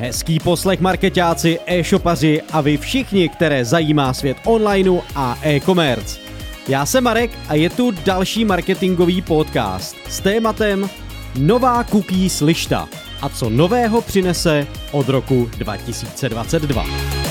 Hezký poslech markeťáci, e-shopaři a vy všichni, které zajímá svět onlineu a e-commerce. Já jsem Marek a je tu další marketingový podcast s tématem Nová cookies lišta a co nového přinese od roku 2022.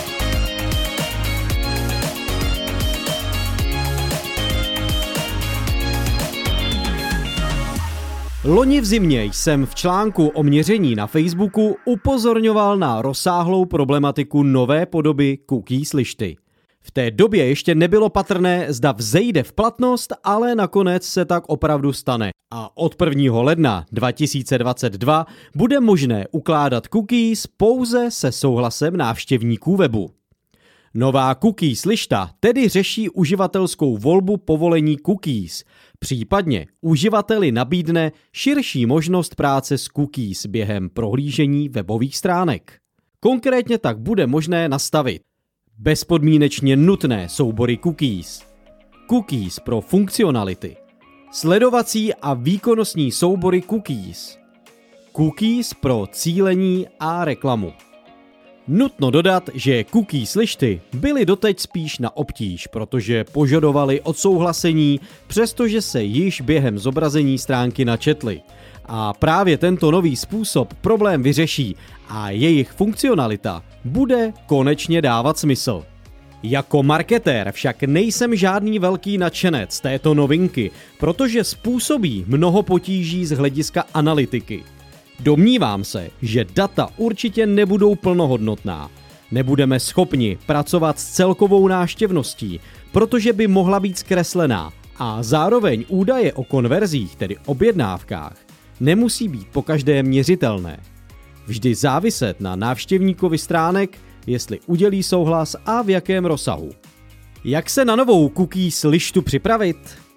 Loni v zimě jsem v článku o měření na Facebooku upozorňoval na rozsáhlou problematiku nové podoby cookies lišty. V té době ještě nebylo patrné, zda vzejde v platnost, ale nakonec se tak opravdu stane. A od 1. ledna 2022 bude možné ukládat cookies pouze se souhlasem návštěvníků webu. Nová cookies lišta tedy řeší uživatelskou volbu povolení cookies, případně uživateli nabídne širší možnost práce s cookies během prohlížení webových stránek. Konkrétně tak bude možné nastavit bezpodmínečně nutné soubory cookies, cookies pro funkcionality, sledovací a výkonnostní soubory cookies, cookies pro cílení a reklamu. Nutno dodat, že cookies lišty byly doteď spíš na obtíž, protože požadovali odsouhlasení, přestože se již během zobrazení stránky načetly. A právě tento nový způsob problém vyřeší a jejich funkcionalita bude konečně dávat smysl. Jako marketér však nejsem žádný velký nadšenec této novinky, protože způsobí mnoho potíží z hlediska analytiky. Domnívám se, že data určitě nebudou plnohodnotná. Nebudeme schopni pracovat s celkovou návštěvností, protože by mohla být zkreslená a zároveň údaje o konverzích, tedy objednávkách, nemusí být pokaždé měřitelné. Vždy záviset na návštěvníkovi stránek, jestli udělí souhlas a v jakém rozsahu. Jak se na novou cookies lištu připravit?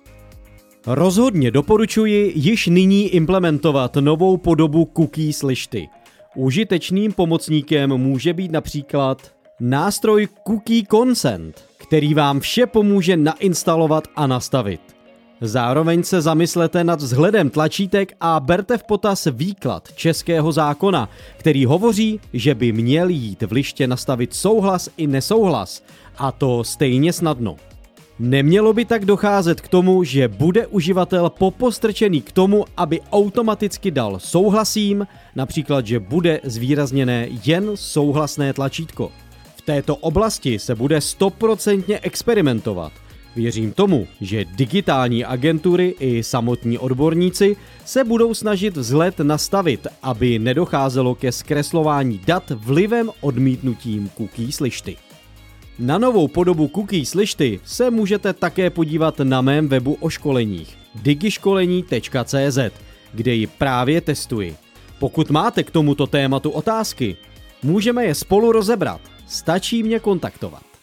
Rozhodně doporučuji již nyní implementovat novou podobu cookies lišty. Užitečným pomocníkem může být například nástroj Cookie Consent, který vám vše pomůže nainstalovat a nastavit. Zároveň se zamyslete nad vzhledem tlačítek a berte v potaz výklad českého zákona, který hovoří, že by měl jít v liště nastavit souhlas i nesouhlas, a to stejně snadno. Nemělo by tak docházet k tomu, že bude uživatel popostrčený k tomu, aby automaticky dal souhlasím, například, že bude zvýrazněné jen souhlasné tlačítko. V této oblasti se bude 100% experimentovat. Věřím tomu, že digitální agentury i samotní odborníci se budou snažit vzhled nastavit, aby nedocházelo ke zkreslování dat vlivem odmítnutím cookies lišty. Na novou podobu cookies lišty se můžete také podívat na mém webu o školeních digiškolení.cz, kde ji právě testuji. Pokud máte k tomuto tématu otázky, můžeme je spolu rozebrat, stačí mě kontaktovat.